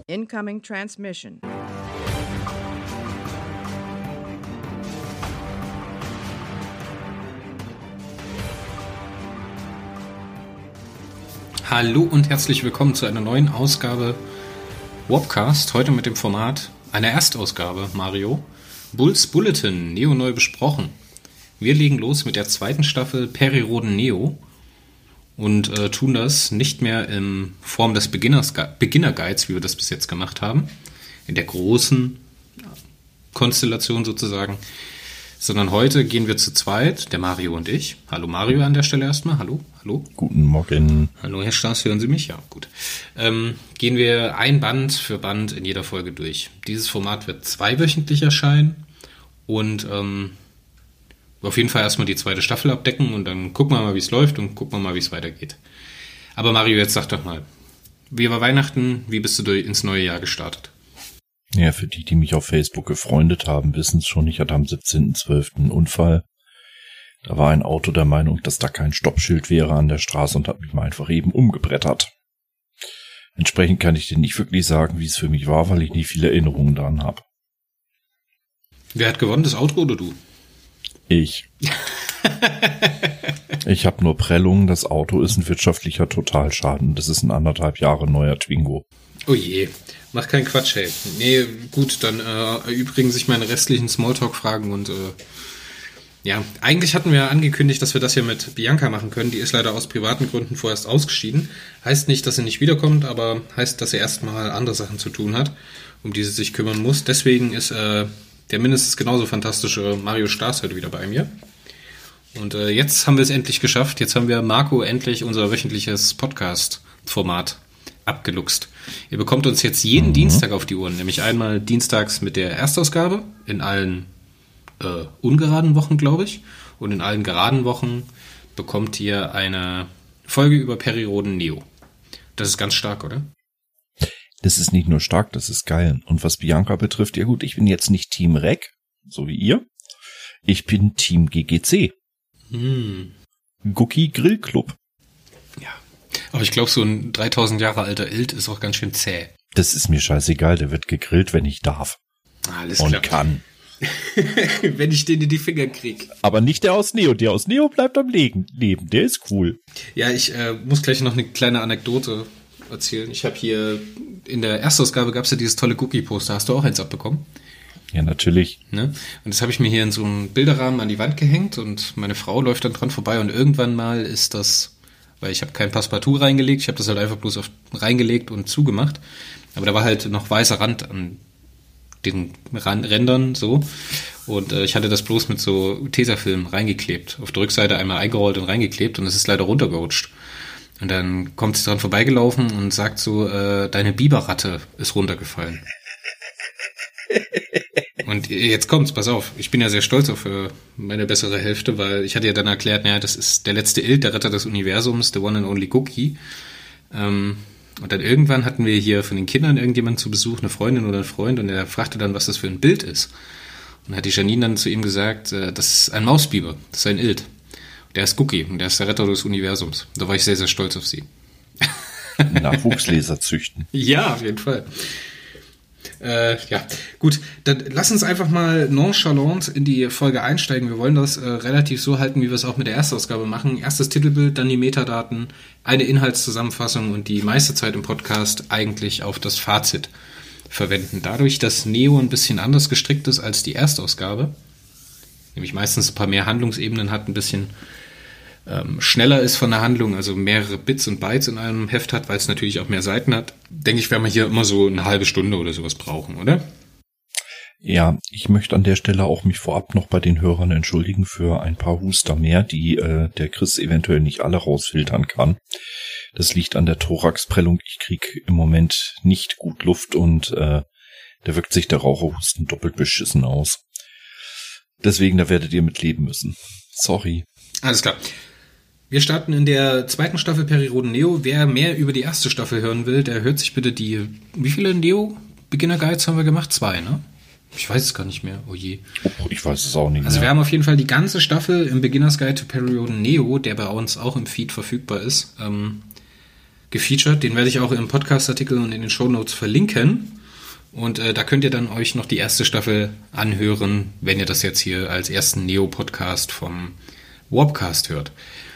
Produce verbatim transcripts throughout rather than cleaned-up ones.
Incoming transmission. Hallo und herzlich willkommen zu einer neuen Ausgabe Warpcast. Heute mit dem Format einer Erstausgabe, Mario. Bulls Bulletin, Neo neu besprochen. Wir legen los mit der zweiten Staffel Periroden Neo und äh, tun das nicht mehr in Form des Beginners, Beginner Guides, wie wir das bis jetzt gemacht haben, in der großen Konstellation sozusagen, sondern heute gehen wir zu zweit, der Mario und ich. Hallo Mario an der Stelle erstmal. Hallo, hallo. Guten Morgen. Hallo Herr Staas, hören Sie mich? Ja, gut. Ähm, gehen wir ein Band für Band in jeder Folge durch. Dieses Format wird zweiwöchentlich erscheinen und ähm, auf jeden Fall erstmal die zweite Staffel abdecken und dann gucken wir mal, wie es läuft und gucken wir mal, wie es weitergeht. Aber Mario, jetzt sag doch mal, wie war Weihnachten? Wie bist du ins neue Jahr gestartet? Ja, für die, die mich auf Facebook gefreundet haben, wissen es schon, ich hatte am siebzehnten zwölften einen Unfall. Da war ein Auto der Meinung, dass da kein Stoppschild wäre an der Straße und hat mich mal einfach eben umgebrettert. Entsprechend kann ich dir nicht wirklich sagen, wie es für mich war, weil ich nie viele Erinnerungen daran habe. Wer hat gewonnen, das Auto oder du? Ich. Ich habe nur Prellungen, das Auto ist ein wirtschaftlicher Totalschaden. Das ist ein anderthalb Jahre neuer Twingo. Oh je, mach keinen Quatsch, hey. Nee, gut, dann äh, erübrigen sich meine restlichen Smalltalk-Fragen und äh, ja, eigentlich hatten wir angekündigt, dass wir das hier mit Bianca machen können. Die ist leider aus privaten Gründen vorerst ausgeschieden. Heißt nicht, dass sie nicht wiederkommt, aber heißt, dass sie erstmal andere Sachen zu tun hat, um die sie sich kümmern muss. Deswegen ist äh, der mindestens genauso fantastische Mario Staas heute wieder bei mir. Und äh, jetzt haben wir es endlich geschafft. Jetzt haben wir Marco endlich unser wöchentliches Podcast-Format abgeluchst. Ihr bekommt uns jetzt jeden mhm. Dienstag auf die Ohren, nämlich einmal dienstags mit der Erstausgabe, in allen äh, ungeraden Wochen, glaube ich, und in allen geraden Wochen bekommt ihr eine Folge über Periroden Neo. Das ist ganz stark, oder? Das ist nicht nur stark, das ist geil. Und was Bianca betrifft, ja gut, ich bin jetzt nicht Team Rec, so wie ihr. Ich bin Team G G C. Hm. Gucki Grill Club. Ja, aber ich glaube, so ein dreitausend Jahre alter Ilt ist auch ganz schön zäh. Das ist mir scheißegal, der wird gegrillt, wenn ich darf. Alles und klar. kann. Wenn ich den in die Finger krieg. Aber nicht der aus Neo. Der aus Neo bleibt am Leben. Der ist cool. Ja, ich äh, muss gleich noch eine kleine Anekdote erzählen. Ich habe hier, in der Erstausgabe gab es ja dieses tolle Cookie-Poster. Hast du auch eins abbekommen? Ja, natürlich. Ne? Und das habe ich mir hier in so einem Bilderrahmen an die Wand gehängt und meine Frau läuft dann dran vorbei und irgendwann mal ist das, weil ich habe kein Passepartout reingelegt, ich habe das halt einfach bloß auf, reingelegt und zugemacht, aber da war halt noch weißer Rand an den Rändern so und äh, ich hatte das bloß mit so Tesafilm reingeklebt, auf der Rückseite einmal eingerollt und reingeklebt und es ist leider runtergerutscht. Und dann kommt sie dran vorbeigelaufen und sagt so, äh, deine Biberratte ist runtergefallen. Und jetzt kommt's, pass auf, ich bin ja sehr stolz auf meine bessere Hälfte, weil ich hatte ja dann erklärt, naja, das ist der letzte Ilt, der Retter des Universums, the one and only Cookie. Ähm, und dann irgendwann hatten wir hier von den Kindern irgendjemanden zu Besuch, eine Freundin oder ein Freund, und er fragte dann, was das für ein Bild ist. Und hat die Janine dann zu ihm gesagt, äh, das ist ein Mausbiber, das ist ein Ilt. Der ist Cookie und der ist der Retter des Universums. Da war ich sehr, sehr stolz auf sie. Nachwuchsleser züchten. Ja, auf jeden Fall. Äh, ja, gut, dann lass uns einfach mal nonchalant in die Folge einsteigen. Wir wollen das äh, relativ so halten, wie wir es auch mit der Erstausgabe machen. Erstes Titelbild, dann die Metadaten, eine Inhaltszusammenfassung und die meiste Zeit im Podcast eigentlich auf das Fazit verwenden. Dadurch, dass Neo ein bisschen anders gestrickt ist als die Erstausgabe, nämlich meistens ein paar mehr Handlungsebenen hat, ein bisschen ähm, schneller ist von der Handlung, also mehrere Bits und Bytes in einem Heft hat, weil es natürlich auch mehr Seiten hat, denke ich, werden wir hier immer so eine halbe Stunde oder sowas brauchen, oder? Ja, ich möchte an der Stelle auch mich vorab noch bei den Hörern entschuldigen für ein paar Huster mehr, die äh, der Chris eventuell nicht alle rausfiltern kann. Das liegt an der Thoraxprellung. Ich krieg im Moment nicht gut Luft und äh, da wirkt sich der Raucherhusten doppelt beschissen aus. Deswegen, da werdet ihr mit leben müssen. Sorry. Alles klar. Wir starten in der zweiten Staffel Periroden Neo. Wer mehr über die erste Staffel hören will, der hört sich bitte die, wie viele Neo-Beginner-Guides haben wir gemacht? Zwei, ne? Ich weiß es gar nicht mehr. Oh je. Oh, ich weiß es auch nicht mehr. Also wir haben auf jeden Fall die ganze Staffel im Beginner's Guide to Periroden Neo, der bei uns auch im Feed verfügbar ist, ähm, gefeatured. Den werde ich auch im Podcast-Artikel und in den Shownotes verlinken. Und äh, da könnt ihr dann euch noch die erste Staffel anhören, wenn ihr das jetzt hier als ersten Neo-Podcast vom Warpcast hört.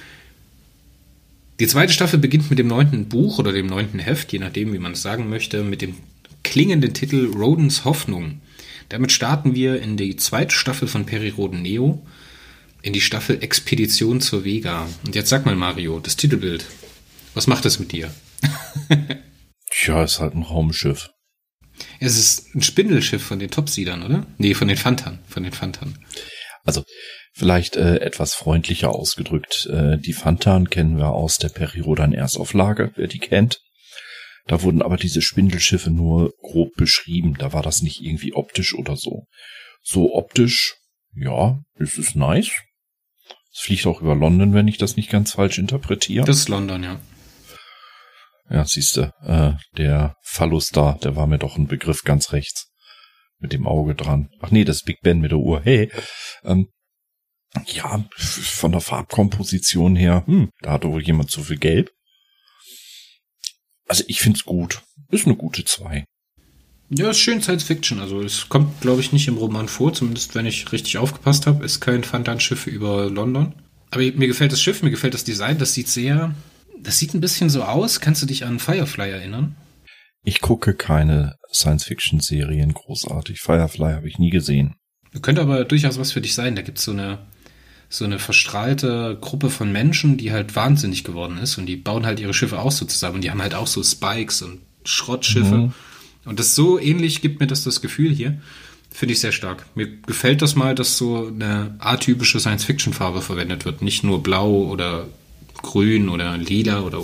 Die zweite Staffel beginnt mit dem neunten Buch oder dem neunten Heft, je nachdem, wie man es sagen möchte, mit dem klingenden Titel Rodens Hoffnung. Damit starten wir in die zweite Staffel von Peri Roden Neo, in die Staffel Expedition zur Vega. Und jetzt sag mal, Mario, das Titelbild, was macht das mit dir? Tja, ist halt ein Raumschiff. Es ist ein Spindelschiff von den Topsiedern, oder? Nee, von den Phanthern, von den Phanthern. Also, vielleicht äh, etwas freundlicher ausgedrückt. Äh, die Phanthern kennen wir aus der Peri-Rodan-Erstauflage, wer die kennt. Da wurden aber diese Spindelschiffe nur grob beschrieben. Da war das nicht irgendwie optisch oder so. So optisch, ja, es ist nice. Es fliegt auch über London, wenn ich das nicht ganz falsch interpretiere. Das ist London, ja. Ja, siehste, äh, der Phallus da, der war mir doch ein Begriff ganz rechts. Mit dem Auge dran. Ach nee, das ist Big Ben mit der Uhr. Hey, ähm, ja, von der Farbkomposition her, hm, da hatte wohl jemand zu viel Gelb. Also ich find's gut. Ist eine gute zwei. Ja, ist schön Science Fiction. Also es kommt, glaube ich, nicht im Roman vor, zumindest wenn ich richtig aufgepasst habe. Ist kein Phantom-Schiff über London. Aber mir gefällt das Schiff, mir gefällt das Design. Das sieht sehr, das sieht ein bisschen so aus. Kannst du dich an Firefly erinnern? Ich gucke keine Science-Fiction-Serien großartig. Firefly habe ich nie gesehen. Könnte aber durchaus was für dich sein. Da gibt's so eine so eine verstrahlte Gruppe von Menschen, die halt wahnsinnig geworden ist. Und die bauen halt ihre Schiffe auch so zusammen. Und die haben halt auch so Spikes und Schrottschiffe. Mhm. Und das so ähnlich gibt mir das das Gefühl hier. Finde ich sehr stark. Mir gefällt das mal, dass so eine atypische Science-Fiction-Farbe verwendet wird. Nicht nur blau oder grün oder lila oder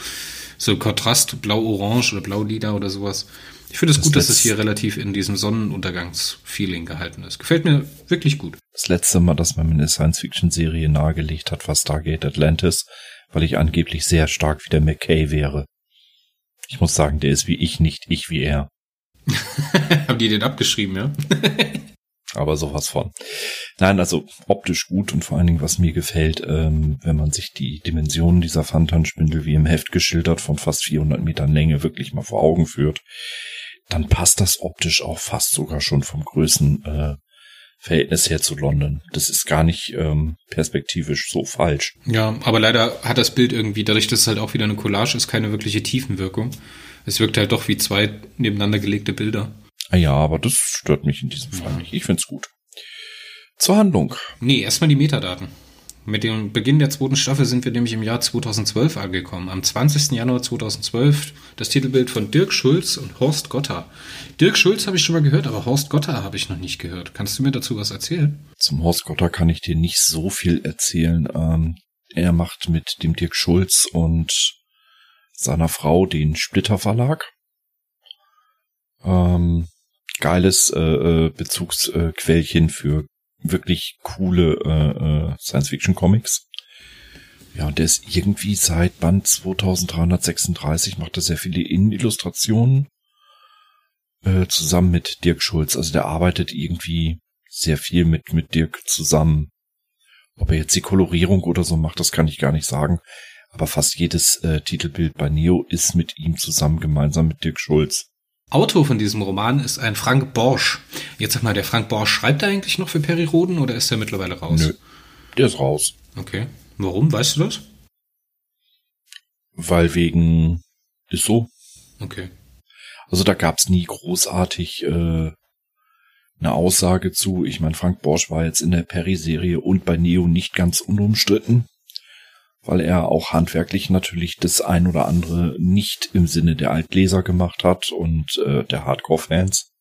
so Kontrast blau-orange oder blau-lila oder sowas. Ich finde es das gut, dass es hier relativ in diesem Sonnenuntergangs-Feeling gehalten ist. Gefällt mir wirklich gut. Das letzte Mal, dass man mir eine Science-Fiction-Serie nahegelegt hat, war Stargate Atlantis, weil ich angeblich sehr stark wie der McKay wäre. Ich muss sagen, der ist wie ich, nicht ich wie er. Haben die den abgeschrieben, ja? Aber sowas von. Nein, also optisch gut und vor allen Dingen, was mir gefällt, ähm, wenn man sich die Dimensionen dieser Phantom-Spindel wie im Heft geschildert von fast vierhundert Metern Länge wirklich mal vor Augen führt, dann passt das optisch auch fast sogar schon vom Größen äh, Verhältnis her zu London. Das ist gar nicht ähm, perspektivisch so falsch. Ja, aber leider hat das Bild irgendwie, dadurch, dass es halt auch wieder eine Collage ist, keine wirkliche Tiefenwirkung. Es wirkt halt doch wie zwei nebeneinander gelegte Bilder. Ah ja, aber das stört mich in diesem Fall nicht. Ich find's gut. Zur Handlung. Nee, erstmal die Metadaten. Mit dem Beginn der zweiten Staffel sind wir nämlich im Jahr zweitausendzwölf angekommen. Am zwanzigsten Januar zweitausendzwölf das Titelbild von Dirk Schulz und Horst Gotter. Dirk Schulz habe ich schon mal gehört, aber Horst Gotter habe ich noch nicht gehört. Kannst du mir dazu was erzählen? Zum Horst Gotter kann ich dir nicht so viel erzählen. Ähm, er macht mit dem Dirk Schulz und seiner Frau den Splitter Verlag. Ähm, geiles äh, Bezugsquellchen für wirklich coole äh, Science-Fiction-Comics. Ja, und der ist irgendwie seit Band zweitausenddreihundertsechsunddreißig, macht er sehr viele Innenillustrationen äh, zusammen mit Dirk Schulz. Also der arbeitet irgendwie sehr viel mit mit Dirk zusammen. Ob er jetzt die Kolorierung oder so macht, das kann ich gar nicht sagen. Aber fast jedes äh, Titelbild bei Neo ist mit ihm zusammen, gemeinsam mit Dirk Schulz. Autor von diesem Roman ist ein Frank Borsch. Jetzt sag mal, der Frank Borsch, schreibt er eigentlich noch für Peri Roden oder ist er mittlerweile raus? Nö, der ist raus. Okay. Warum? Weißt du das? Weil wegen... Ist so. Okay. Also da gab's nie großartig äh, eine Aussage zu. Ich meine, Frank Borsch war jetzt in der Peri-Serie und bei Neo nicht ganz unumstritten, weil er auch handwerklich natürlich das ein oder andere nicht im Sinne der Altleser gemacht hat und äh, der Hardcore-Fans.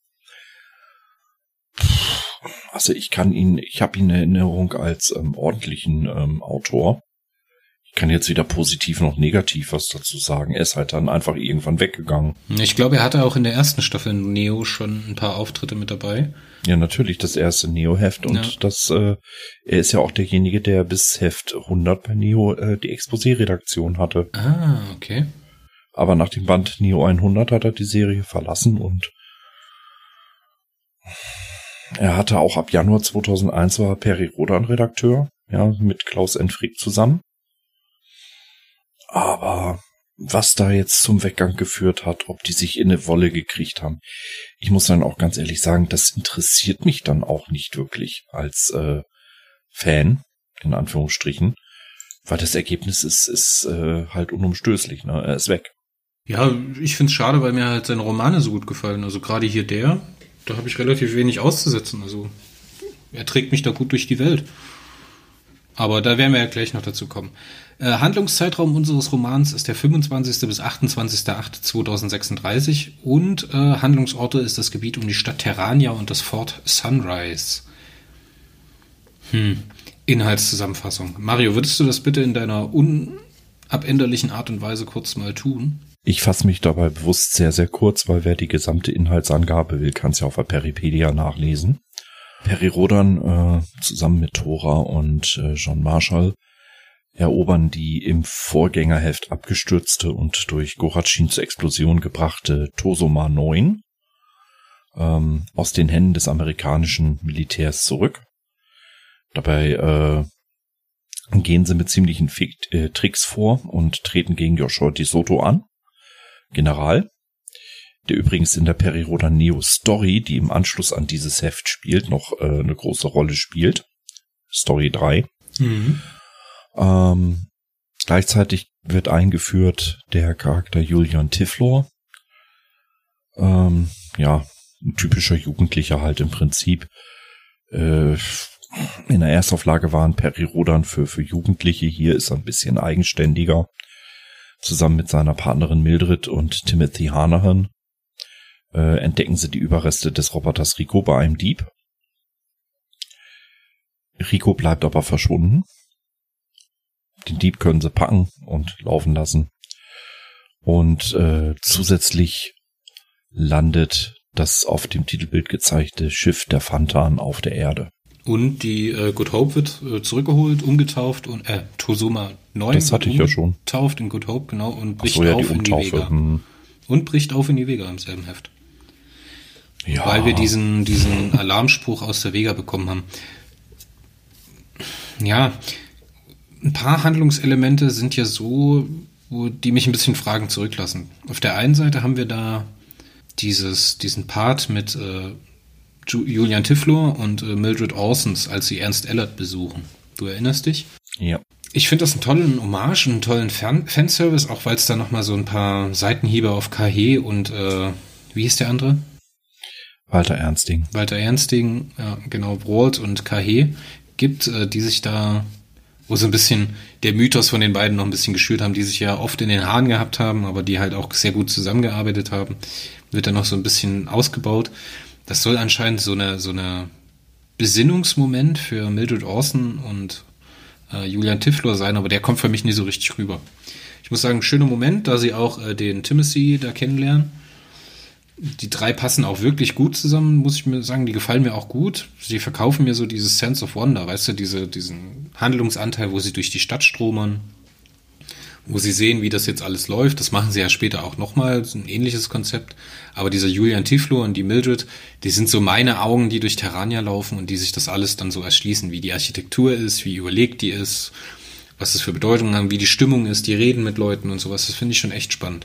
Also ich kann ihn, ich habe ihn in Erinnerung als ähm, ordentlichen ähm, Autor. Ich kann jetzt weder positiv noch negativ was dazu sagen. Er ist halt dann einfach irgendwann weggegangen. Ich glaube, er hatte auch in der ersten Staffel Neo schon ein paar Auftritte mit dabei. Ja, natürlich, das erste Neo-Heft und ja. das, äh, er ist ja auch derjenige, der bis Heft hundert bei Neo äh, die Exposé-Redaktion hatte. Ah, okay. Aber nach dem Band Neo hundert hat er die Serie verlassen und er hatte auch ab Januar zweitausendeins war Peri Rodan Redakteur, ja, mit Klaus Entfrick zusammen. Aber was da jetzt zum Weggang geführt hat, ob die sich in eine Wolle gekriegt haben. Ich muss dann auch ganz ehrlich sagen, das interessiert mich dann auch nicht wirklich als äh, Fan, in Anführungsstrichen, weil das Ergebnis ist, ist äh, halt unumstößlich, ne? Er ist weg. Ja, ich find's schade, weil mir halt seine Romane so gut gefallen. Also gerade hier der, da habe ich relativ wenig auszusetzen. Also er trägt mich da gut durch die Welt. Aber da werden wir ja gleich noch dazu kommen. Äh, Handlungszeitraum unseres Romans ist der fünfundzwanzigste bis achtundzwanzigste achte zweitausendsechsunddreißig und äh, Handlungsorte ist das Gebiet um die Stadt Terrania und das Fort Sunrise. Hm. Inhaltszusammenfassung. Mario, würdest du das bitte in deiner unabänderlichen Art und Weise kurz mal tun? Ich fasse mich dabei bewusst sehr, sehr kurz, weil wer die gesamte Inhaltsangabe will, kann es ja auf der Peripedia nachlesen. Peri Rodan äh, zusammen mit Thora und äh, John Marshall erobern die im Vorgängerheft abgestürzte und durch Gorachin zur Explosion gebrachte Tosoma neun ähm, aus den Händen des amerikanischen Militärs zurück. Dabei äh, gehen sie mit ziemlichen Fick, äh, Tricks vor und treten gegen Yoshua DeSoto an, General, der übrigens in der Peri Rodan Neo Story, die im Anschluss an dieses Heft spielt, noch äh, eine große Rolle spielt. Story drei. Mhm. Ähm, gleichzeitig wird eingeführt der Charakter Julian Tiflor. Ähm, ja, ein typischer Jugendlicher halt im Prinzip. Äh, in der Erstauflage waren Peri Rodan für, für Jugendliche. Hier ist er ein bisschen eigenständiger. Zusammen mit seiner Partnerin Mildred und Timothy Hanahan äh, entdecken sie die Überreste des Roboters Rico bei einem Dieb. Rico bleibt aber verschwunden. Den Dieb können sie packen und laufen lassen. Und äh, zusätzlich landet das auf dem Titelbild gezeigte Schiff der Phantan auf der Erde. Und die äh, Good Hope wird äh, zurückgeholt, umgetauft und äh, Tosoma neun. Das hatte ich ja schon. Tauft in Good Hope, genau, und bricht so, ja, auf die in die Vega. Hm. Und bricht auf in die Vega im selben Heft. Ja. Weil wir diesen, diesen Alarmspruch aus der Vega bekommen haben. Ja, ein paar Handlungselemente sind ja so, wo die mich ein bisschen Fragen zurücklassen. Auf der einen Seite haben wir da dieses, diesen Part mit äh, Julian Tiflor und äh, Mildred Orsons, als sie Ernst Ellert besuchen. Du erinnerst dich? Ja. Ich finde das einen tollen Hommage, einen tollen Fan- Fanservice, auch weil es da nochmal so ein paar Seitenhiebe auf K H und äh, wie hieß der andere? Walter Ernsting. Walter Ernsting, ja, genau, Walt und K H gibt, äh, die sich da, wo so ein bisschen der Mythos von den beiden noch ein bisschen geschürt haben, die sich ja oft in den Haaren gehabt haben, aber die halt auch sehr gut zusammengearbeitet haben, wird dann noch so ein bisschen ausgebaut. Das soll anscheinend so eine, so eine Besinnungsmoment für Mildred Orson und äh, Julian Tiflor sein, aber der kommt für mich nie so richtig rüber. Ich muss sagen, schöner Moment, da sie auch äh, den Timothy da kennenlernen. Die drei passen auch wirklich gut zusammen, muss ich mir sagen, die gefallen mir auch gut. Sie verkaufen mir so dieses Sense of Wonder, weißt du, diese, diesen Handlungsanteil, wo sie durch die Stadt stromern, wo sie sehen, wie das jetzt alles läuft. Das machen sie ja später auch nochmal, ein ähnliches Konzept. Aber dieser Julian Tiflor und die Mildred, die sind so meine Augen, die durch Terrania laufen und die sich das alles dann so erschließen, wie die Architektur ist, wie überlegt die ist, was es für Bedeutungen haben, wie die Stimmung ist, die reden mit Leuten und sowas. Das finde ich schon echt spannend.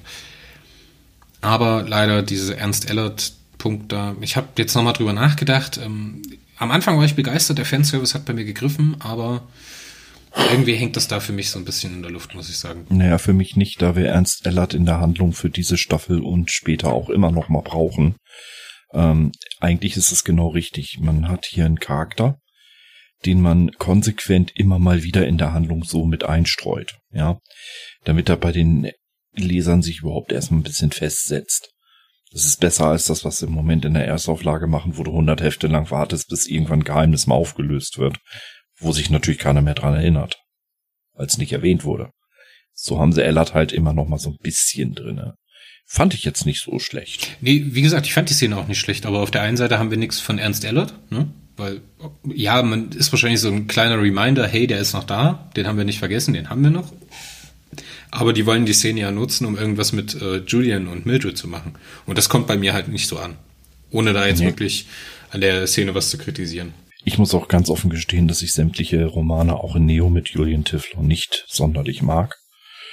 Aber leider diese Ernst-Ellert-Punkt da, ich habe jetzt nochmal drüber nachgedacht. Ähm, am Anfang war ich begeistert, der Fanservice hat bei mir gegriffen, aber irgendwie hängt das da für mich so ein bisschen in der Luft, muss ich sagen. Naja, für mich nicht, da wir Ernst Ellert in der Handlung für diese Staffel und später auch immer noch mal brauchen. Ähm, eigentlich ist es genau richtig. Man hat hier einen Charakter, den man konsequent immer mal wieder in der Handlung so mit einstreut, ja, damit er bei den Lesern sich überhaupt erstmal ein bisschen festsetzt. Das ist besser als das, was sie im Moment in der Erstauflage machen, wo du hundert Hefte lang wartest, bis irgendwann ein Geheimnis mal aufgelöst wird, wo sich natürlich keiner mehr dran erinnert, weil es nicht erwähnt wurde. So haben sie Ellert halt immer noch mal so ein bisschen drinne. Fand ich jetzt nicht so schlecht. Nee, wie gesagt, ich fand die Szene auch nicht schlecht, aber auf der einen Seite haben wir nichts von Ernst Ellert, ne? Weil, ja, man ist wahrscheinlich so ein kleiner Reminder, hey, der ist noch da, den haben wir nicht vergessen, den haben wir noch. Aber die wollen die Szene ja nutzen, um irgendwas mit äh, Julian und Mildred zu machen. Und das kommt bei mir halt nicht so an. Ohne da jetzt nee. wirklich an der Szene was zu kritisieren. Ich muss auch ganz offen gestehen, dass ich sämtliche Romane auch in Neo mit Julian Tiflor nicht sonderlich mag.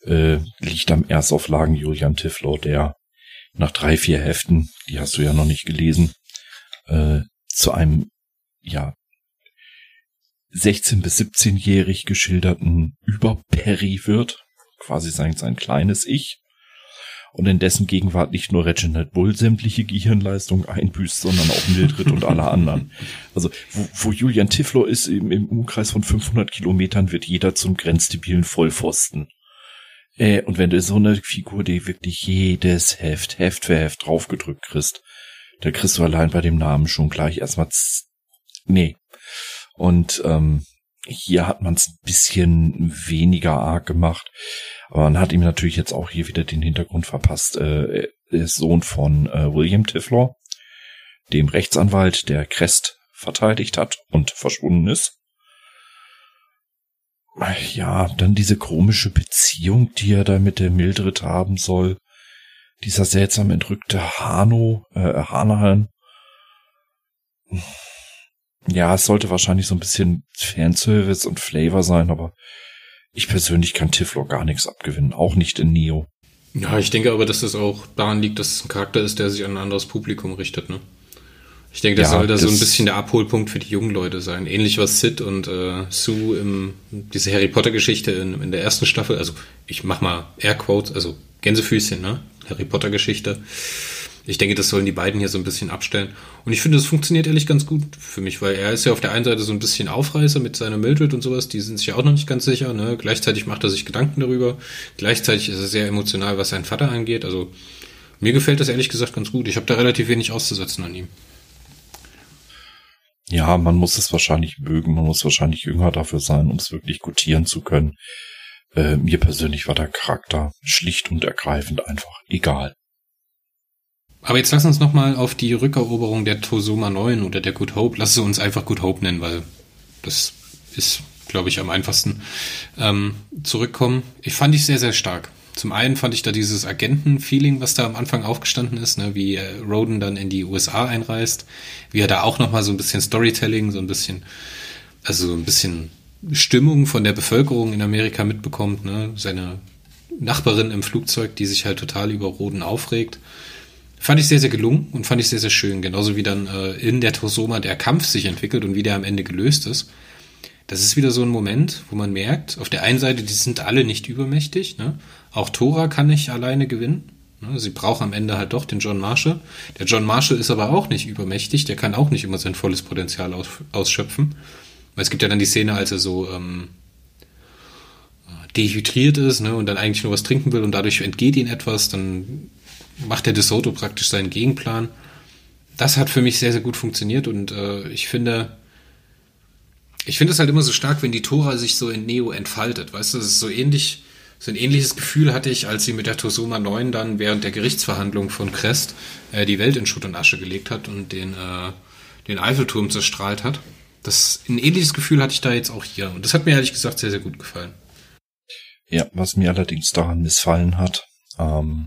äh, liegt am Erstauflagen Julian Tiflo, der nach drei, vier Heften, die hast du ja noch nicht gelesen, äh, zu einem, ja, sechzehn- bis siebzehnjährig geschilderten Überperry wird, quasi sein, sein kleines Ich, und in dessen Gegenwart nicht nur Reginald Bull sämtliche Gehirnleistung einbüßt, sondern auch Mildred und alle anderen. Also, wo, wo Julian Tiflo ist, im, im Umkreis von fünfhundert Kilometern wird jeder zum grenzdebilen Vollpfosten. Äh, und wenn du so eine Figur, die wirklich jedes Heft, Heft für Heft draufgedrückt kriegst, da kriegst du allein bei dem Namen schon gleich erstmal z- nee. Und ähm, hier hat man es ein bisschen weniger arg gemacht, aber man hat ihm natürlich jetzt auch hier wieder den Hintergrund verpasst. Äh, er ist Sohn von äh, William Tiflo, dem Rechtsanwalt, der Crest verteidigt hat und verschwunden ist. Ja, dann diese komische Beziehung, die er da mit der Mildred haben soll. Dieser seltsam entrückte Hano, äh, Hanahan. Ja, es sollte wahrscheinlich so ein bisschen Fanservice und Flavor sein, aber ich persönlich kann Tiflo gar nichts abgewinnen, auch nicht in Neo. Ja, ich denke aber, dass das auch daran liegt, dass es ein Charakter ist, der sich an ein anderes Publikum richtet, ne? Ich denke, das ja, soll da das so ein bisschen der Abholpunkt für die jungen Leute sein. Ähnlich was Sid und äh, Sue im diese Harry Potter Geschichte in, in der ersten Staffel, also ich mach mal Airquotes, also Gänsefüßchen, ne? Harry Potter Geschichte. Ich denke, das sollen die beiden hier so ein bisschen abstellen. Und ich finde, das funktioniert ehrlich ganz gut für mich, weil er ist ja auf der einen Seite so ein bisschen Aufreißer mit seiner Mildred und sowas, die sind sich ja auch noch nicht ganz sicher, ne? Gleichzeitig macht er sich Gedanken darüber. Gleichzeitig ist er sehr emotional, was seinen Vater angeht. Also mir gefällt das ehrlich gesagt ganz gut. Ich habe da relativ wenig auszusetzen an ihm. Ja, man muss es wahrscheinlich mögen, man muss wahrscheinlich jünger dafür sein, um es wirklich gutieren zu können. Äh, mir persönlich war der Charakter schlicht und ergreifend einfach egal. Aber jetzt lass uns nochmal auf die Rückeroberung der Tosoma neun oder der Good Hope, lass sie uns einfach Good Hope nennen, weil das ist, glaube ich, am einfachsten, ähm, zurückkommen. Ich fand ich sehr, sehr stark. Zum einen fand ich da dieses Agenten-Feeling, was da am Anfang aufgestanden ist, ne, wie äh, Roden dann in die U S A einreist, wie er da auch nochmal so ein bisschen Storytelling, so ein bisschen, also so ein bisschen Stimmung von der Bevölkerung in Amerika mitbekommt, ne, seine Nachbarin im Flugzeug, die sich halt total über Roden aufregt. Fand ich sehr, sehr gelungen und fand ich sehr, sehr schön. Genauso wie dann äh, in der Tosoma der Kampf sich entwickelt und wie der am Ende gelöst ist. Das ist wieder so ein Moment, wo man merkt, auf der einen Seite, die sind alle nicht übermächtig, ne? Auch Tora kann nicht alleine gewinnen. Ne? Sie braucht am Ende halt doch den John Marshall. Der John Marshall ist aber auch nicht übermächtig, der kann auch nicht immer sein volles Potenzial aus, ausschöpfen. Weil es gibt ja dann die Szene, als er so ähm, dehydriert ist, ne? Und dann eigentlich nur was trinken will und dadurch entgeht ihm etwas, dann macht der DeSoto praktisch seinen Gegenplan. Das hat für mich sehr, sehr gut funktioniert und äh, ich finde, ich finde es halt immer so stark, wenn die Tora sich so in Neo entfaltet. Weißt du, das ist so ähnlich, so ein ähnliches Gefühl hatte ich, als sie mit der Tosoma neun dann während der Gerichtsverhandlung von Crest äh, die Welt in Schutt und Asche gelegt hat und den, äh, den Eiffelturm zerstrahlt hat. Das, ein ähnliches Gefühl hatte ich da jetzt auch hier. Und das hat mir ehrlich gesagt sehr, sehr gut gefallen. Ja, was mir allerdings daran missfallen hat, ähm,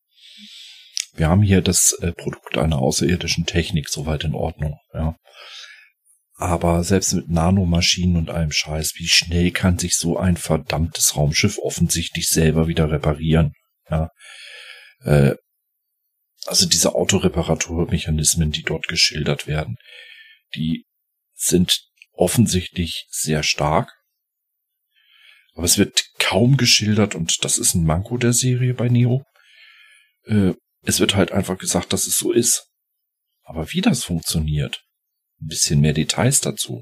wir haben hier das äh, Produkt einer außerirdischen Technik, soweit in Ordnung, ja. Aber selbst mit Nanomaschinen und allem Scheiß, wie schnell kann sich so ein verdammtes Raumschiff offensichtlich selber wieder reparieren? Ja, äh, also diese Autoreparaturmechanismen, die dort geschildert werden, die sind offensichtlich sehr stark. Aber es wird kaum geschildert und das ist ein Manko der Serie bei Neo. Äh, es wird halt einfach gesagt, dass es so ist. Aber wie das funktioniert, ein bisschen mehr Details dazu.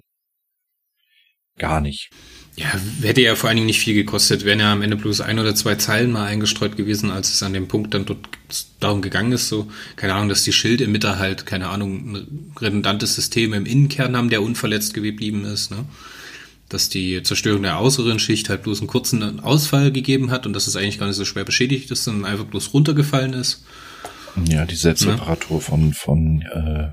Gar nicht. Ja, hätte ja vor allen Dingen nicht viel gekostet, wären ja am Ende bloß ein oder zwei Zeilen mal eingestreut gewesen, als es an dem Punkt dann dort darum gegangen ist, so, keine Ahnung, dass die Schildemitter halt, keine Ahnung, ein redundantes System im Innenkern haben, der unverletzt geblieben ist, ne? Dass die Zerstörung der äußeren Schicht halt bloß einen kurzen Ausfall gegeben hat und dass es eigentlich gar nicht so schwer beschädigt ist, sondern einfach bloß runtergefallen ist. Ja, die Selbstreparatur ja. von, von, äh,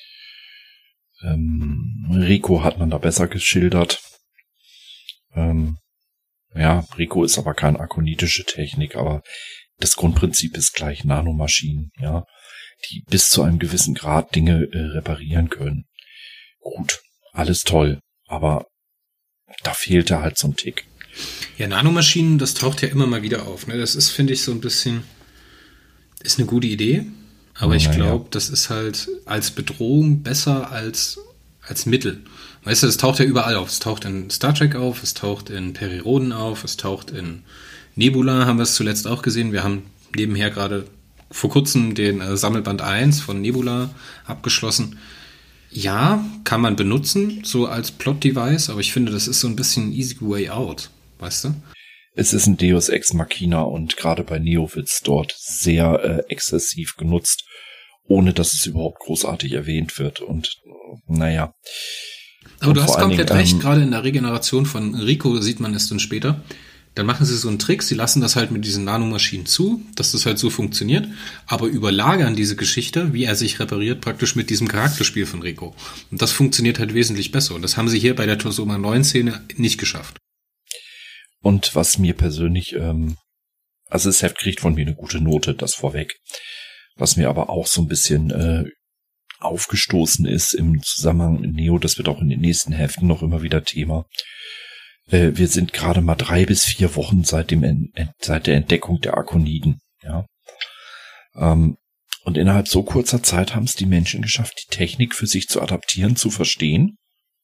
ähm, Rico hat man da besser geschildert. Ähm, ja, Rico ist aber keine akonitische Technik, aber das Grundprinzip ist gleich Nanomaschinen, ja, die bis zu einem gewissen Grad Dinge äh, reparieren können. Gut, alles toll, aber da fehlte halt so ein Tick. Ja, Nanomaschinen, das taucht ja immer mal wieder auf. Ne? Das ist, finde ich, so ein bisschen, ist eine gute Idee, aber ich glaube, ja. das ist halt als Bedrohung besser als, als Mittel. Weißt du, es taucht ja überall auf. Es taucht in Star Trek auf, es taucht in Periroden auf, es taucht in Nebula, haben wir es zuletzt auch gesehen. Wir haben nebenher gerade vor kurzem den äh, Sammelband eins von Nebula abgeschlossen. Ja, kann man benutzen, so als Plot-Device, aber ich finde, das ist so ein bisschen ein easy way out. Weißt du? Es ist ein Deus Ex Machina und gerade bei Neo wird's dort sehr äh, exzessiv genutzt, ohne dass es überhaupt großartig erwähnt wird. Und naja. Aber und du hast komplett Dingen, recht, ähm, gerade in der Regeneration von Rico sieht man es dann später. Dann machen sie so einen Trick, sie lassen das halt mit diesen Nanomaschinen zu, dass das halt so funktioniert, aber überlagern diese Geschichte, wie er sich repariert, praktisch mit diesem Charakterspiel von Rico. Und das funktioniert halt wesentlich besser. Und das haben sie hier bei der Tosoma neun Szene nicht geschafft. Und was mir persönlich, ähm, also das Heft kriegt von mir eine gute Note, das vorweg. Was mir aber auch so ein bisschen äh, aufgestoßen ist im Zusammenhang mit Neo, das wird auch in den nächsten Heften noch immer wieder Thema. Äh, wir sind gerade mal drei bis vier Wochen seit dem Ent- seit der Entdeckung der Arkoniden. Ja. Ähm, und innerhalb so kurzer Zeit haben es die Menschen geschafft, die Technik für sich zu adaptieren, zu verstehen.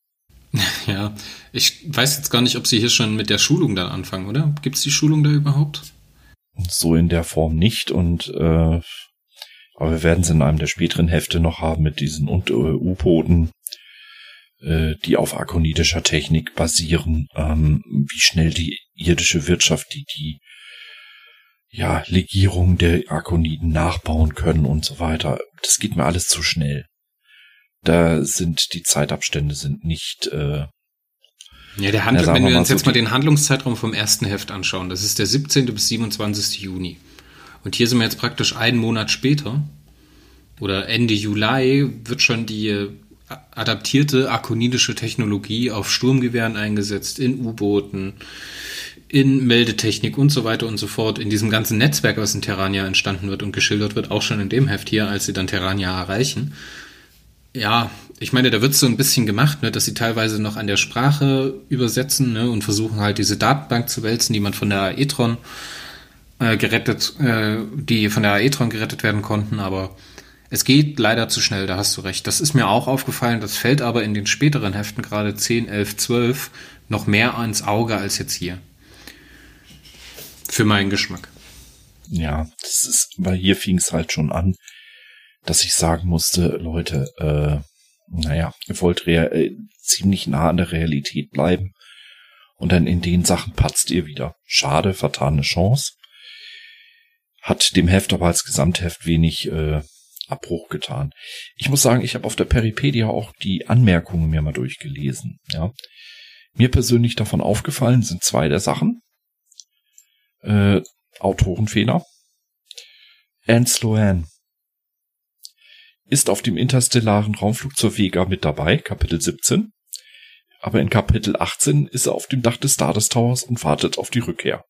Ja, ich weiß jetzt gar nicht, ob sie hier schon mit der Schulung dann anfangen, oder? Gibt es die Schulung da überhaupt? So in der Form nicht und äh, aber wir werden es in einem der späteren Hefte noch haben mit diesen und, äh, U-Booten, äh, die auf arkonidischer Technik basieren, ähm, wie schnell die irdische Wirtschaft, die die ja Legierung der Arkoniden nachbauen können und so weiter. Das geht mir alles zu schnell. Da sind die Zeitabstände sind nicht. Äh, ja, der Handl- ja, wenn wir uns so jetzt mal den Handlungszeitraum vom ersten Heft anschauen, das ist der siebzehnten bis siebenundzwanzigsten Juni. Und hier sind wir jetzt praktisch einen Monat später oder Ende Juli wird schon die adaptierte arkonidische Technologie auf Sturmgewehren eingesetzt, in U-Booten, in Meldetechnik und so weiter und so fort, in diesem ganzen Netzwerk, was in Terrania entstanden wird und geschildert wird, auch schon in dem Heft hier, als sie dann Terrania erreichen. Ja, ich meine, da wird so ein bisschen gemacht, ne, dass sie teilweise noch an der Sprache übersetzen, ne, und versuchen halt diese Datenbank zu wälzen, die man von der Aetron äh, gerettet, äh, die von der Aetron gerettet werden konnten, aber es geht leider zu schnell, da hast du recht. Das ist mir auch aufgefallen, das fällt aber in den späteren Heften, gerade zehn, elf, zwölf, noch mehr ans Auge als jetzt hier. Für meinen Geschmack. Ja, das ist, weil hier fing es halt schon an, dass ich sagen musste, Leute, äh, naja, ihr wollt rea- äh, ziemlich nah an der Realität bleiben und dann in den Sachen patzt ihr wieder. Schade, vertane Chance. Hat dem Heft aber als Gesamtheft wenig äh, Abbruch getan. Ich muss sagen, ich habe auf der Peripedia auch die Anmerkungen mir mal durchgelesen. Ja, mir persönlich davon aufgefallen sind zwei der Sachen. Äh, Autorenfehler. Anne Sloan ist auf dem interstellaren Raumflug zur Vega mit dabei, Kapitel siebzehn. Aber in Kapitel achtzehn ist er auf dem Dach des Stardust Towers und wartet auf die Rückkehr.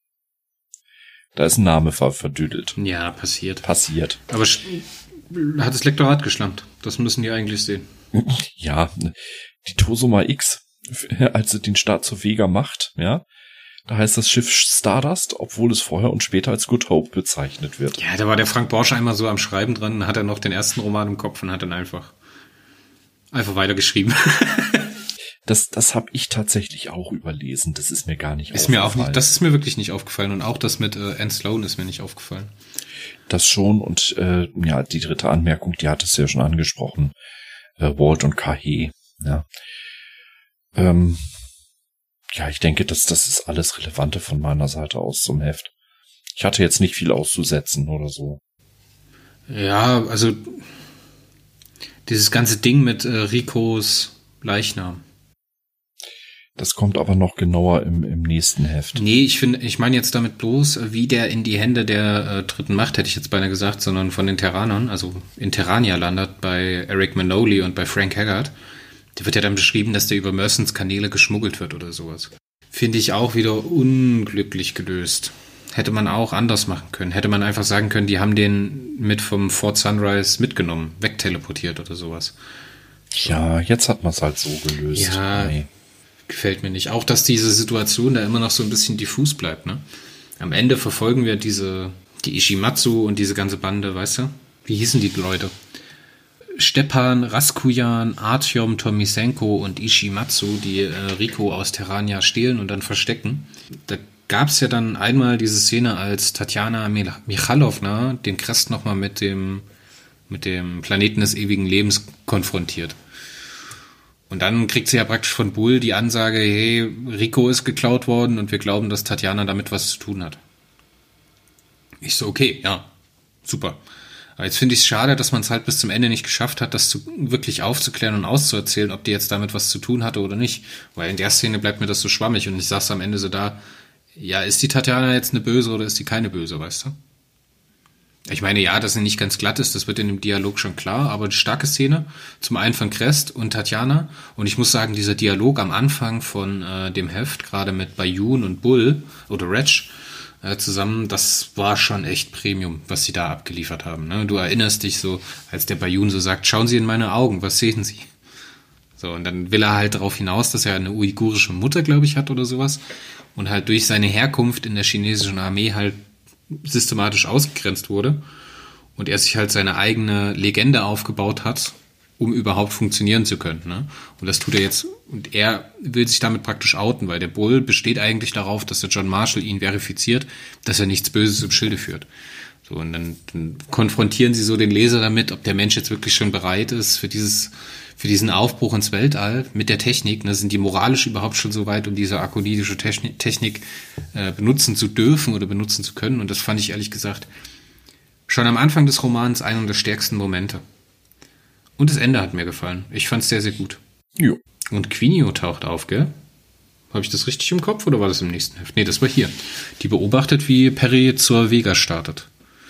Da ist ein Name verdüdelt. Ja, passiert. Passiert. Aber hat das Lektorat geschlampt. Das müssen die eigentlich sehen. Ja, die Tosoma X, als sie den Start zur Vega macht, ja, da heißt das Schiff Stardust, obwohl es vorher und später als Good Hope bezeichnet wird. Ja, da war der Frank Borsche einmal so am Schreiben dran, dann hat er noch den ersten Roman im Kopf und hat dann einfach einfach weitergeschrieben. Das, das habe ich tatsächlich auch überlesen. Das ist mir gar nicht ist aufgefallen. Mir auch nicht, das ist mir wirklich nicht aufgefallen. Und auch das mit äh, Anne Sloan ist mir nicht aufgefallen. Das schon. Und äh, ja, die dritte Anmerkung, die hat es ja schon angesprochen. Äh, Walt und Kahe. Ja. Ähm, ja, ich denke, dass das ist alles Relevante von meiner Seite aus zum Heft. Ich hatte jetzt nicht viel auszusetzen oder so. Ja, also dieses ganze Ding mit äh, Ricos Leichnam. Das kommt aber noch genauer im, im nächsten Heft. Nee, ich finde, ich meine jetzt damit bloß, wie der in die Hände der äh, dritten Macht, hätte ich jetzt beinahe gesagt, sondern von den Terranern, also in Terrania landet, bei Eric Manoli und bei Frank Haggard. Der wird ja dann beschrieben, dass der über Mersons Kanäle geschmuggelt wird oder sowas. Finde ich auch wieder unglücklich gelöst. Hätte man auch anders machen können. Hätte man einfach sagen können, die haben den mit vom Fort Sunrise mitgenommen, wegteleportiert oder sowas. Ja, jetzt hat man es halt so gelöst. Ja, nee. gefällt mir nicht. Auch, dass diese Situation da immer noch so ein bisschen diffus bleibt, ne? Am Ende verfolgen wir diese, die Ishimatsu und diese ganze Bande, weißt du? Wie hießen die Leute? Stepan, Raskujan, Artyom, Tomisenko und Ishimatsu, die äh, Rico aus Terrania stehlen und dann verstecken. Da gab es ja dann einmal diese Szene, als Tatjana Michalowna den Crest nochmal mit dem, mit dem Planeten des ewigen Lebens konfrontiert. Und dann kriegt sie ja praktisch von Bull die Ansage, hey, Rico ist geklaut worden und wir glauben, dass Tatjana damit was zu tun hat. Ich so, okay, ja, super. Aber jetzt finde ich es schade, dass man es halt bis zum Ende nicht geschafft hat, das zu, wirklich aufzuklären und auszuerzählen, ob die jetzt damit was zu tun hatte oder nicht. Weil in der Szene bleibt mir das so schwammig und ich saß am Ende so da, ja, ist die Tatjana jetzt eine Böse oder ist die keine Böse, weißt du? Ich meine, ja, dass sie nicht ganz glatt ist, das wird in dem Dialog schon klar, aber die starke Szene, zum einen von Crest und Tatjana, und ich muss sagen, dieser Dialog am Anfang von äh, dem Heft, gerade mit Bayun und Bull oder Retch äh, zusammen, das war schon echt Premium, was sie da abgeliefert haben. Ne? Du erinnerst dich so, als der Bayun so sagt, schauen Sie in meine Augen, was sehen Sie? So, und dann will er halt darauf hinaus, dass er eine uigurische Mutter, glaube ich, hat oder sowas, und halt durch seine Herkunft in der chinesischen Armee halt systematisch ausgegrenzt wurde und er sich halt seine eigene Legende aufgebaut hat, um überhaupt funktionieren zu können. Ne? Und das tut er jetzt, und er will sich damit praktisch outen, weil der Bull besteht eigentlich darauf, dass der John Marshall ihn verifiziert, dass er nichts Böses im Schilde führt. So, und dann, dann konfrontieren sie so den Leser damit, ob der Mensch jetzt wirklich schon bereit ist für dieses, für diesen Aufbruch ins Weltall mit der Technik. Ne, sind die moralisch überhaupt schon so weit, um diese akonidische Technik, Technik äh, benutzen zu dürfen oder benutzen zu können? Und das fand ich ehrlich gesagt schon am Anfang des Romans einer der stärksten Momente. Und das Ende hat mir gefallen. Ich fand es sehr, sehr gut. Jo. Und Quinio taucht auf, gell? Habe ich das richtig im Kopf oder war das im nächsten Heft? Nee, das war hier. Die beobachtet, wie Perry zur Vega startet.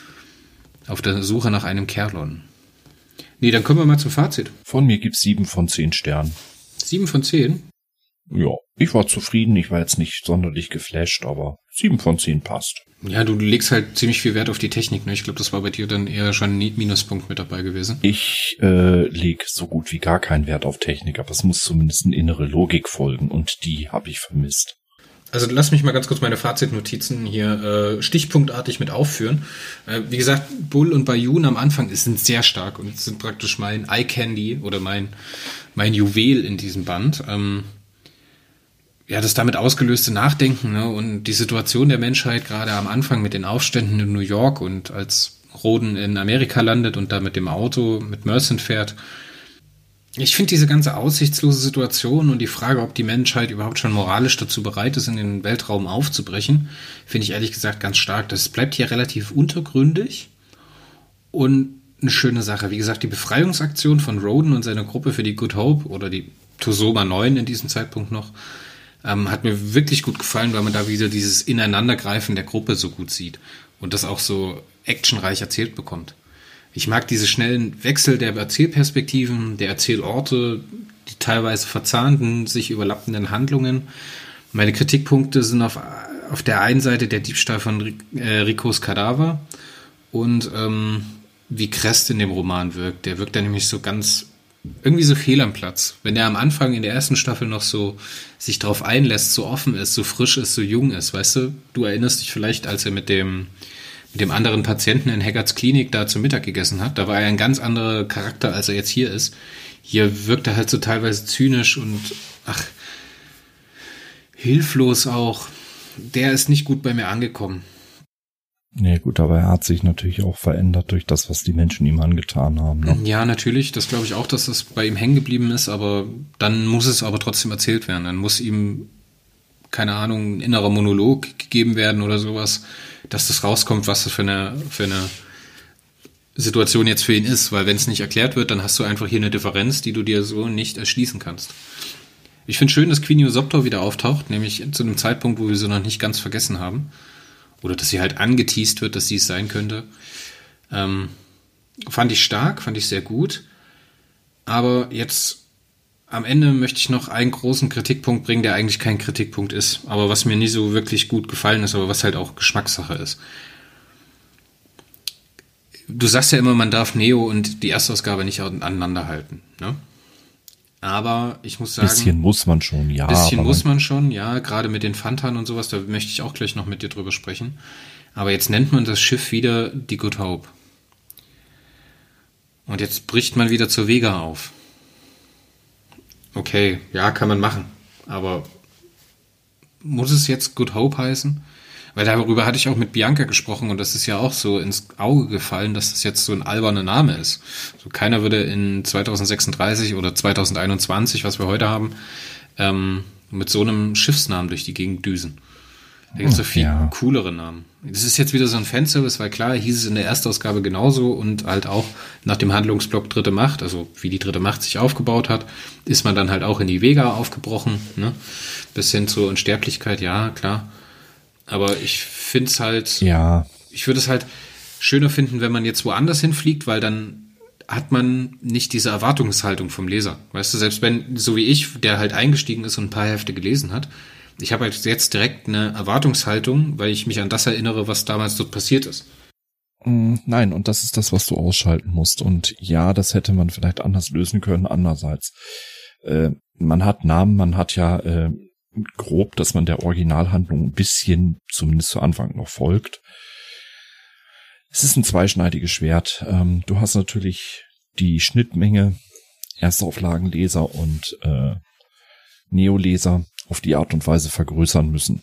Auf der Suche nach einem Kerlon. Nee, dann kommen wir mal zum Fazit. Von mir gibt's sieben von zehn Sternen. Sieben von zehn? Ja, ich war zufrieden. Ich war jetzt nicht sonderlich geflasht, aber sieben von zehn passt. Ja, du legst halt ziemlich viel Wert auf die Technik, ne? Ich glaube, das war bei dir dann eher schon ein Minuspunkt mit dabei gewesen. Ich äh, lege so gut wie gar keinen Wert auf Technik, aber es muss zumindest eine innere Logik folgen und die habe ich vermisst. Also lass mich mal ganz kurz meine Fazitnotizen hier äh, stichpunktartig mit aufführen. Äh, wie gesagt, Bull und Bayun am Anfang sind sehr stark und sind praktisch mein Eye Candy oder mein, mein Juwel in diesem Band. Ähm, ja, das damit ausgelöste Nachdenken, ne, und die Situation der Menschheit gerade am Anfang mit den Aufständen in New York und als Roden in Amerika landet und da mit dem Auto mit Mercant fährt. Ich finde diese ganze aussichtslose Situation und die Frage, ob die Menschheit überhaupt schon moralisch dazu bereit ist, in den Weltraum aufzubrechen, finde ich ehrlich gesagt ganz stark. Das bleibt hier relativ untergründig und eine schöne Sache. Wie gesagt, die Befreiungsaktion von Roden und seiner Gruppe für die Good Hope oder die Tosoma neun in diesem Zeitpunkt noch, ähm, hat mir wirklich gut gefallen, weil man da wieder dieses Ineinandergreifen der Gruppe so gut sieht und das auch so actionreich erzählt bekommt. Ich mag diese schnellen Wechsel der Erzählperspektiven, der Erzählorte, die teilweise verzahnten, sich überlappenden Handlungen. Meine Kritikpunkte sind auf, auf der einen Seite der Diebstahl von äh, Ricos Kadaver und ähm, wie Crest in dem Roman wirkt. Der wirkt da nämlich so ganz, irgendwie so fehl am Platz. Wenn er am Anfang in der ersten Staffel noch so sich drauf einlässt, so offen ist, so frisch ist, so jung ist, weißt du? Du erinnerst dich vielleicht, als er mit dem mit dem anderen Patienten in Haggards Klinik da zum Mittag gegessen hat. Da war er ein ganz anderer Charakter, als er jetzt hier ist. Hier wirkt er halt so teilweise zynisch und, ach, hilflos auch. Der ist nicht gut bei mir angekommen. Nee, gut, aber er hat sich natürlich auch verändert durch das, was die Menschen ihm angetan haben. Ne? Ja, natürlich. Das glaube ich auch, dass das bei ihm hängen geblieben ist, aber dann muss es aber trotzdem erzählt werden. Dann muss ihm, keine Ahnung, ein innerer Monolog gegeben werden oder sowas, dass das rauskommt, was das für eine, für eine Situation jetzt für ihn ist. Weil wenn es nicht erklärt wird, dann hast du einfach hier eine Differenz, die du dir so nicht erschließen kannst. Ich finde schön, dass Quinio Soptor wieder auftaucht, nämlich zu einem Zeitpunkt, wo wir sie noch nicht ganz vergessen haben. Oder dass sie halt angeteast wird, dass sie es sein könnte. Ähm, fand ich stark, fand ich sehr gut. Aber jetzt am Ende möchte ich noch einen großen Kritikpunkt bringen, der eigentlich kein Kritikpunkt ist, aber was mir nie so wirklich gut gefallen ist, aber was halt auch Geschmackssache ist. Du sagst ja immer, man darf Neo und die Erstausgabe nicht aneinander halten, ne? Aber ich muss sagen... Bisschen muss man schon, ja. Bisschen muss man schon, ja. Gerade mit den Phantan und sowas, da möchte ich auch gleich noch mit dir drüber sprechen. Aber jetzt nennt man das Schiff wieder die Good Hope. Und jetzt bricht man wieder zur Vega auf. Okay, ja, kann man machen. Aber muss es jetzt Good Hope heißen? Weil darüber hatte ich auch mit Bianca gesprochen und das ist ja auch so ins Auge gefallen, dass das jetzt so ein alberner Name ist. So, keiner würde in zwanzig sechsunddreißig oder zwanzig einundzwanzig, was wir heute haben, ähm, mit so einem Schiffsnamen durch die Gegend düsen. Da gibt es so viel ja. coolere Namen. Das ist jetzt wieder so ein Fanservice, weil klar, hieß es in der Erstausgabe genauso und halt auch nach dem Handlungsblock Dritte Macht, also wie die Dritte Macht sich aufgebaut hat, ist man dann halt auch in die Vega aufgebrochen, ne? Bis hin zur Unsterblichkeit, ja, klar. Aber ich finde es halt, ja. ich würde es halt schöner finden, wenn man jetzt woanders hinfliegt, weil dann hat man nicht diese Erwartungshaltung vom Leser. Weißt du, selbst wenn, so wie ich, der halt eingestiegen ist und ein paar Hefte gelesen hat, ich habe halt jetzt direkt eine Erwartungshaltung, weil ich mich an das erinnere, was damals dort passiert ist. Nein, und das ist das, was du ausschalten musst. Und ja, das hätte man vielleicht anders lösen können. Andererseits, äh, man hat Namen, man hat ja äh, grob, dass man der Originalhandlung ein bisschen, zumindest zu Anfang, noch folgt. Es ist ein zweischneidiges Schwert. Ähm, du hast natürlich die Schnittmenge Erstauflagenleser und äh, Neoleser auf die Art und Weise vergrößern müssen.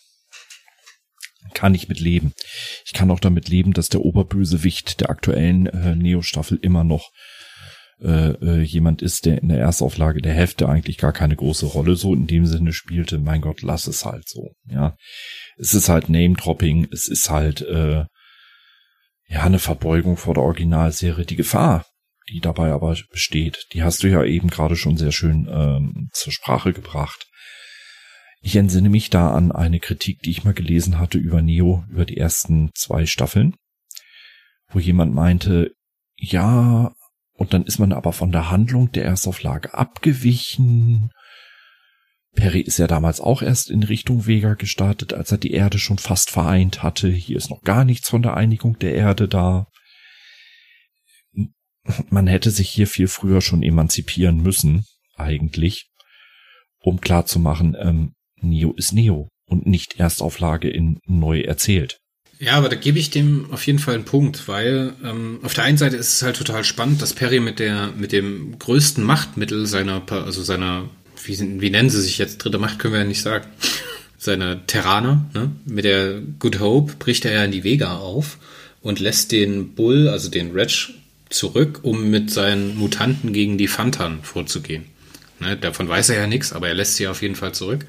Kann ich mit leben. Ich kann auch damit leben, dass der Oberbösewicht der aktuellen äh, Neo-Staffel immer noch äh, äh, jemand ist, der in der Erstauflage der Hefte eigentlich gar keine große Rolle so in dem Sinne spielte. Mein Gott, lass es halt so. Ja, es ist halt Name-Dropping, es ist halt äh, ja eine Verbeugung vor der Originalserie. Die Gefahr, die dabei aber besteht, die hast du ja eben gerade schon sehr schön ähm, zur Sprache gebracht. Ich entsinne mich da an eine Kritik, die ich mal gelesen hatte über Neo, über die ersten zwei Staffeln, wo jemand meinte, ja, und dann ist man aber von der Handlung der Erstauflage abgewichen. Perry ist ja damals auch erst in Richtung Vega gestartet, als er die Erde schon fast vereint hatte. Hier ist noch gar nichts von der Einigung der Erde da. Man hätte sich hier viel früher schon emanzipieren müssen, eigentlich, um klarzumachen, ähm, Neo ist Neo und nicht Erstauflage in neu erzählt. Ja, aber da gebe ich dem auf jeden Fall einen Punkt, weil ähm, auf der einen Seite ist es halt total spannend, dass Perry mit der mit dem größten Machtmittel seiner, also seiner, wie, wie nennen sie sich jetzt, dritte Macht können wir ja nicht sagen, seiner Terraner, ne? Mit der Good Hope bricht er ja in die Vega auf und lässt den Bull, also den Reg, zurück, um mit seinen Mutanten gegen die Phantan vorzugehen. Ne? Davon weiß er ja nichts, aber er lässt sie auf jeden Fall zurück.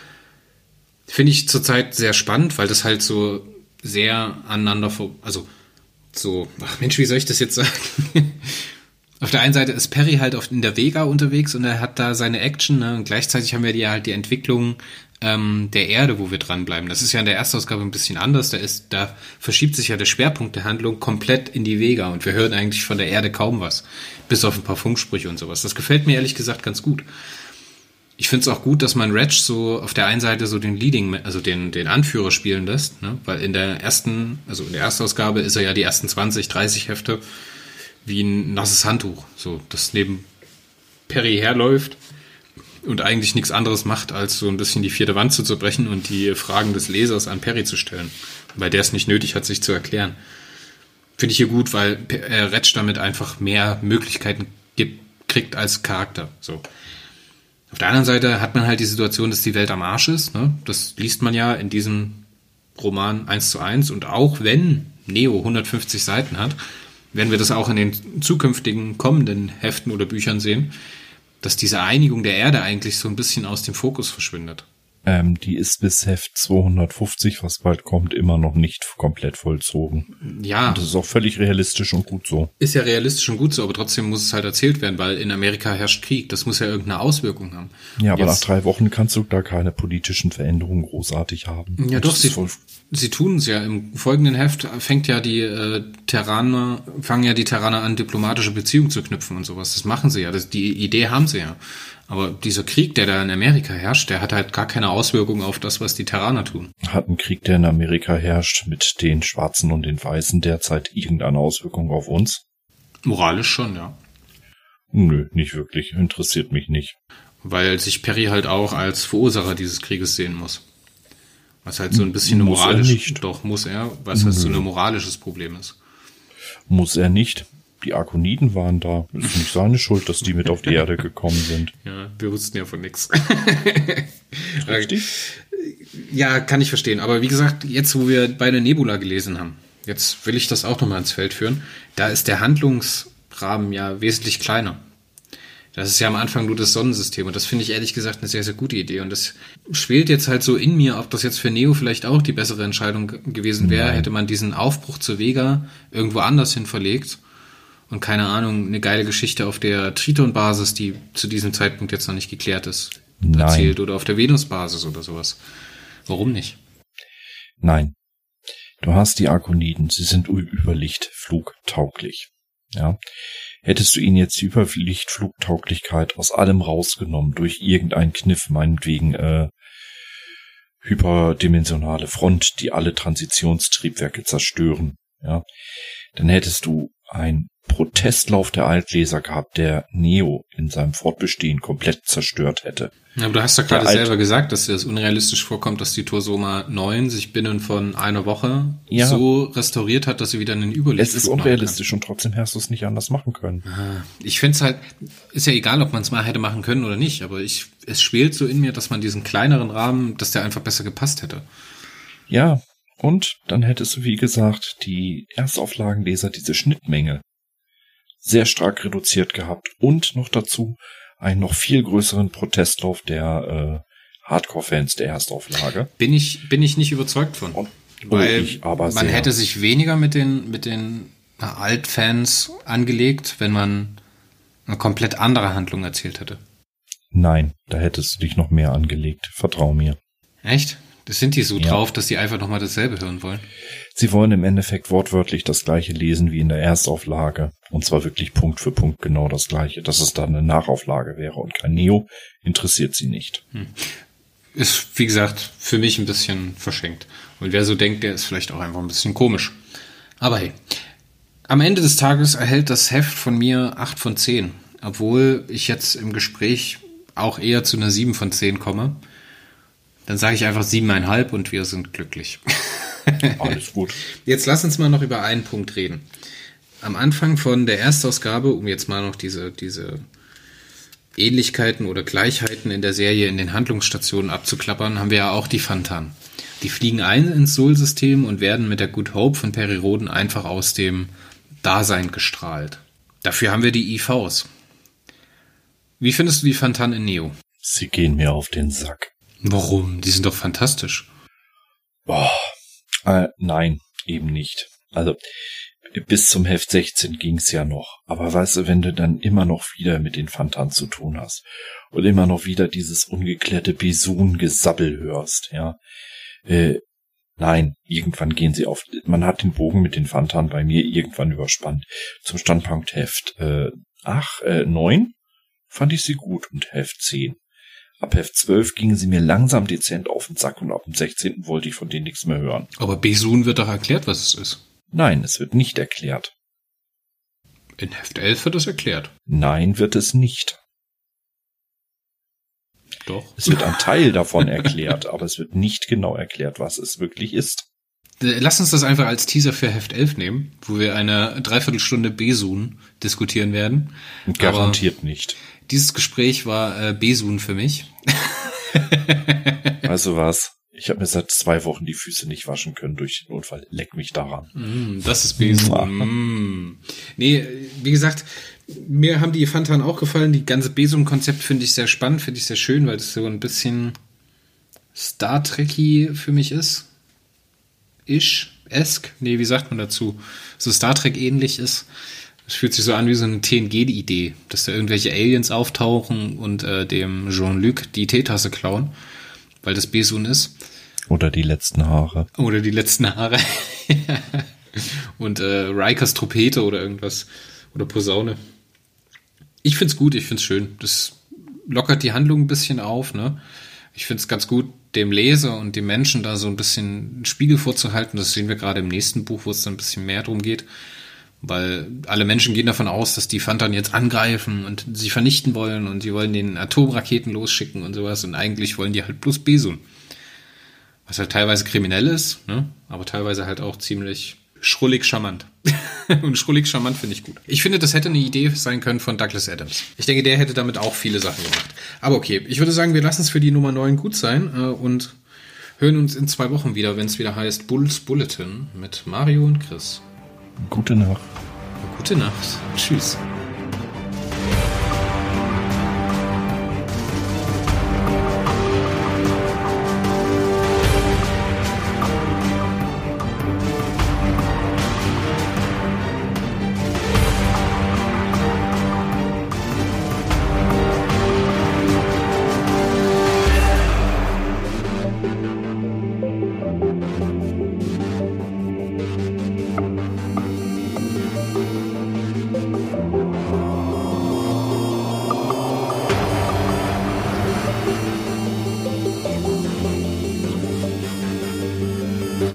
Finde ich zurzeit sehr spannend, weil das halt so sehr aneinander, also so, ach Mensch, wie soll ich das jetzt sagen? Auf der einen Seite ist Perry halt auf, in der Vega unterwegs und er hat da seine Action, ne? Und gleichzeitig haben wir die halt die Entwicklung ähm, der Erde, wo wir dranbleiben. Das ist ja in der Erstausgabe ein bisschen anders, da ist, da verschiebt sich ja der Schwerpunkt der Handlung komplett in die Vega und wir hören eigentlich von der Erde kaum was, bis auf ein paar Funksprüche und sowas. Das gefällt mir ehrlich gesagt ganz gut. Ich finde es auch gut, dass man Reg so auf der einen Seite so den Leading, also den, den Anführer spielen lässt, ne? Weil in der ersten, also in der Erstausgabe ist er ja die ersten zwanzig, dreißig Hefte wie ein nasses Handtuch, so, das neben Perry herläuft und eigentlich nichts anderes macht, als so ein bisschen die vierte Wand zu zerbrechen und die Fragen des Lesers an Perry zu stellen, weil der es nicht nötig hat, sich zu erklären. Finde ich hier gut, weil er Reg damit einfach mehr Möglichkeiten gibt, kriegt als Charakter, so. Auf der anderen Seite hat man halt die Situation, dass die Welt am Arsch ist. Ne? Das liest man ja in diesem Roman eins zu eins. Und auch wenn Neo hundertfünfzig Seiten hat, werden wir das auch in den zukünftigen kommenden Heften oder Büchern sehen, dass diese Einigung der Erde eigentlich so ein bisschen aus dem Fokus verschwindet. Ähm, die ist bis Heft zweihundertfünfzig, was bald kommt, immer noch nicht komplett vollzogen. Ja. Und das ist auch völlig realistisch und gut so. Ist ja realistisch und gut so, aber trotzdem muss es halt erzählt werden, weil in Amerika herrscht Krieg. Das muss ja irgendeine Auswirkung haben. Ja, aber Jetzt, nach drei Wochen kannst du da keine politischen Veränderungen großartig haben. Ja, und doch, sie, sie tun es ja. Im folgenden Heft fängt ja die äh, Terraner, fangen ja die Terraner an, diplomatische Beziehungen zu knüpfen und sowas. Das machen sie ja. Das, die Idee haben sie ja. Aber dieser Krieg, der da in Amerika herrscht, der hat halt gar keine Auswirkungen auf das, was die Terraner tun. Hat ein Krieg, der in Amerika herrscht, mit den Schwarzen und den Weißen derzeit irgendeine Auswirkung auf uns? Moralisch schon, ja. Nö, nicht wirklich. Interessiert mich nicht. Weil sich Perry halt auch als Verursacher dieses Krieges sehen muss. Was halt so ein bisschen eine Muss er moralisch, nicht. doch muss er, was halt so ein moralisches Problem ist. Muss er nicht. Die Arkoniden waren da. Ist nicht seine Schuld, dass die mit auf die Erde gekommen sind. Ja, wir wussten ja von nichts. Richtig? Ja, kann ich verstehen. Aber wie gesagt, jetzt, wo wir beide Nebula gelesen haben, jetzt will ich das auch nochmal ins Feld führen. Da ist der Handlungsrahmen ja wesentlich kleiner. Das ist ja am Anfang nur das Sonnensystem. Und das finde ich ehrlich gesagt eine sehr, sehr gute Idee. Und das schwelt jetzt halt so in mir, ob das jetzt für Neo vielleicht auch die bessere Entscheidung gewesen wäre. Nein. Hätte man diesen Aufbruch zur Vega irgendwo anders hin verlegt. Und keine Ahnung, eine geile Geschichte auf der Triton-Basis, die zu diesem Zeitpunkt jetzt noch nicht geklärt ist, Nein. erzählt. Oder auf der Venus-Basis oder sowas. Warum nicht? Nein. Du hast die Arkoniden. Sie sind überlichtflugtauglich. Ja. Hättest du ihnen jetzt die Überlichtflugtauglichkeit aus allem rausgenommen, durch irgendeinen Kniff, meinetwegen äh, hyperdimensionale Front, die alle Transitionstriebwerke zerstören, ja, dann hättest du einen Protestlauf der Altleser gehabt, der Neo in seinem Fortbestehen komplett zerstört hätte. Ja, aber du hast doch gerade Der Alt- selber gesagt, dass dir das unrealistisch vorkommt, dass die Tursoma neun sich binnen von einer Woche Ja. so restauriert hat, dass sie wieder einen Überlicht Es ist unrealistisch und trotzdem hast du es nicht anders machen können. Ich finde es halt, ist ja egal, ob man es mal hätte machen können oder nicht, aber ich, es schwelt so in mir, dass man diesen kleineren Rahmen, dass der einfach besser gepasst hätte. Ja, und dann hättest du, wie gesagt, die Erstauflagenleser diese Schnittmenge sehr stark reduziert gehabt und noch dazu einen noch viel größeren Protestlauf der äh, Hardcore-Fans der Erstauflage. Bin ich, bin ich nicht überzeugt von. Und, Weil ich aber man sehr. hätte sich weniger mit den, mit den Altfans angelegt, wenn man eine komplett andere Handlung erzählt hätte. Nein, da hättest du dich noch mehr angelegt. Vertrau mir. Echt? Das sind die so Ja. drauf, dass die einfach nochmal dasselbe hören wollen. Sie wollen im Endeffekt wortwörtlich das gleiche lesen wie in der Erstauflage. Und zwar wirklich Punkt für Punkt genau das gleiche. Dass es dann eine Nachauflage wäre und kein Neo, interessiert sie nicht. Ist, wie gesagt, für mich ein bisschen verschenkt. Und wer so denkt, der ist vielleicht auch einfach ein bisschen komisch. Aber hey, am Ende des Tages erhält das Heft von mir acht von zehn. Obwohl ich jetzt im Gespräch auch eher zu einer sieben von zehn komme. Dann sage ich einfach sieben Komma fünf und wir sind glücklich. Alles gut. Jetzt lass uns mal noch über einen Punkt reden. Am Anfang von der Erstausgabe, um jetzt mal noch diese, diese Ähnlichkeiten oder Gleichheiten in der Serie in den Handlungsstationen abzuklappern, haben wir ja auch die Phantan. Die fliegen ein ins Sol-System und werden mit der Good Hope von Peri Rhodan einfach aus dem Dasein gestrahlt. Dafür haben wir die I Vs. Wie findest du die Phantan in Neo? Sie gehen mir auf den Sack. Warum? Die sind doch fantastisch. Boah. Äh, nein, eben nicht. Also, bis zum Heft sechzehn ging's ja noch. Aber weißt du, wenn du dann immer noch wieder mit den Phantan zu tun hast und immer noch wieder dieses ungeklärte Besun-Gesabbel hörst, ja, äh, nein, irgendwann gehen sie auf, man hat den Bogen mit den Phantan bei mir irgendwann überspannt. Zum Standpunkt Heft, äh, ach, äh, neun fand ich sie gut und Heft zehn. Ab Heft zwölf gingen sie mir langsam dezent auf den Sack und ab dem sechzehnten wollte ich von denen nichts mehr hören. Aber Besun wird doch erklärt, was es ist. Nein, es wird nicht erklärt. In Heft elf wird es erklärt. Nein, wird es nicht. Doch. Es wird ein Teil davon erklärt, aber es wird nicht genau erklärt, was es wirklich ist. Lass uns das einfach als Teaser für Heft elf nehmen, wo wir eine Dreiviertelstunde Besun diskutieren werden. Garantiert aber nicht. Dieses Gespräch war äh, Besun für mich. Weißt du was? Ich habe mir seit zwei Wochen die Füße nicht waschen können durch den Unfall. Leck mich daran. Mm, das ist Besun. Mm. Nee, wie gesagt, mir haben die Phantan auch gefallen. Die ganze Besun-Konzept finde ich sehr spannend, finde ich sehr schön, weil das so ein bisschen Star Trek-y für mich ist. Ish, esk, nee, wie sagt man dazu? So Star Trek ähnlich ist. Es fühlt sich so an wie so eine T N G-Idee, dass da irgendwelche Aliens auftauchen und äh, dem Jean-Luc die Teetasse klauen, weil das Besun ist. Oder die letzten Haare. Oder die letzten Haare. Und äh, Rikers Trompete oder irgendwas. Oder Posaune. Ich find's gut, ich find's schön. Das lockert die Handlung ein bisschen auf, ne? Ich find's ganz gut, dem Leser und dem Menschen da so ein bisschen einen Spiegel vorzuhalten. Das sehen wir gerade im nächsten Buch, wo es dann ein bisschen mehr drum geht. weil alle Menschen gehen davon aus, dass die Phantom jetzt angreifen und sie vernichten wollen und sie wollen den Atomraketen losschicken und sowas und eigentlich wollen die halt bloß Besun. Was halt teilweise kriminell ist, ne? Aber teilweise halt auch ziemlich schrullig charmant. Und schrullig charmant finde ich gut. Ich finde, das hätte eine Idee sein können von Douglas Adams. Ich denke, der hätte damit auch viele Sachen gemacht. Aber okay, ich würde sagen, wir lassen es für die Nummer neun gut sein äh, und hören uns in zwei Wochen wieder, wenn es wieder heißt Bulls Bulletin mit Mario und Chris. Gute Nacht. Gute Nacht. Tschüss.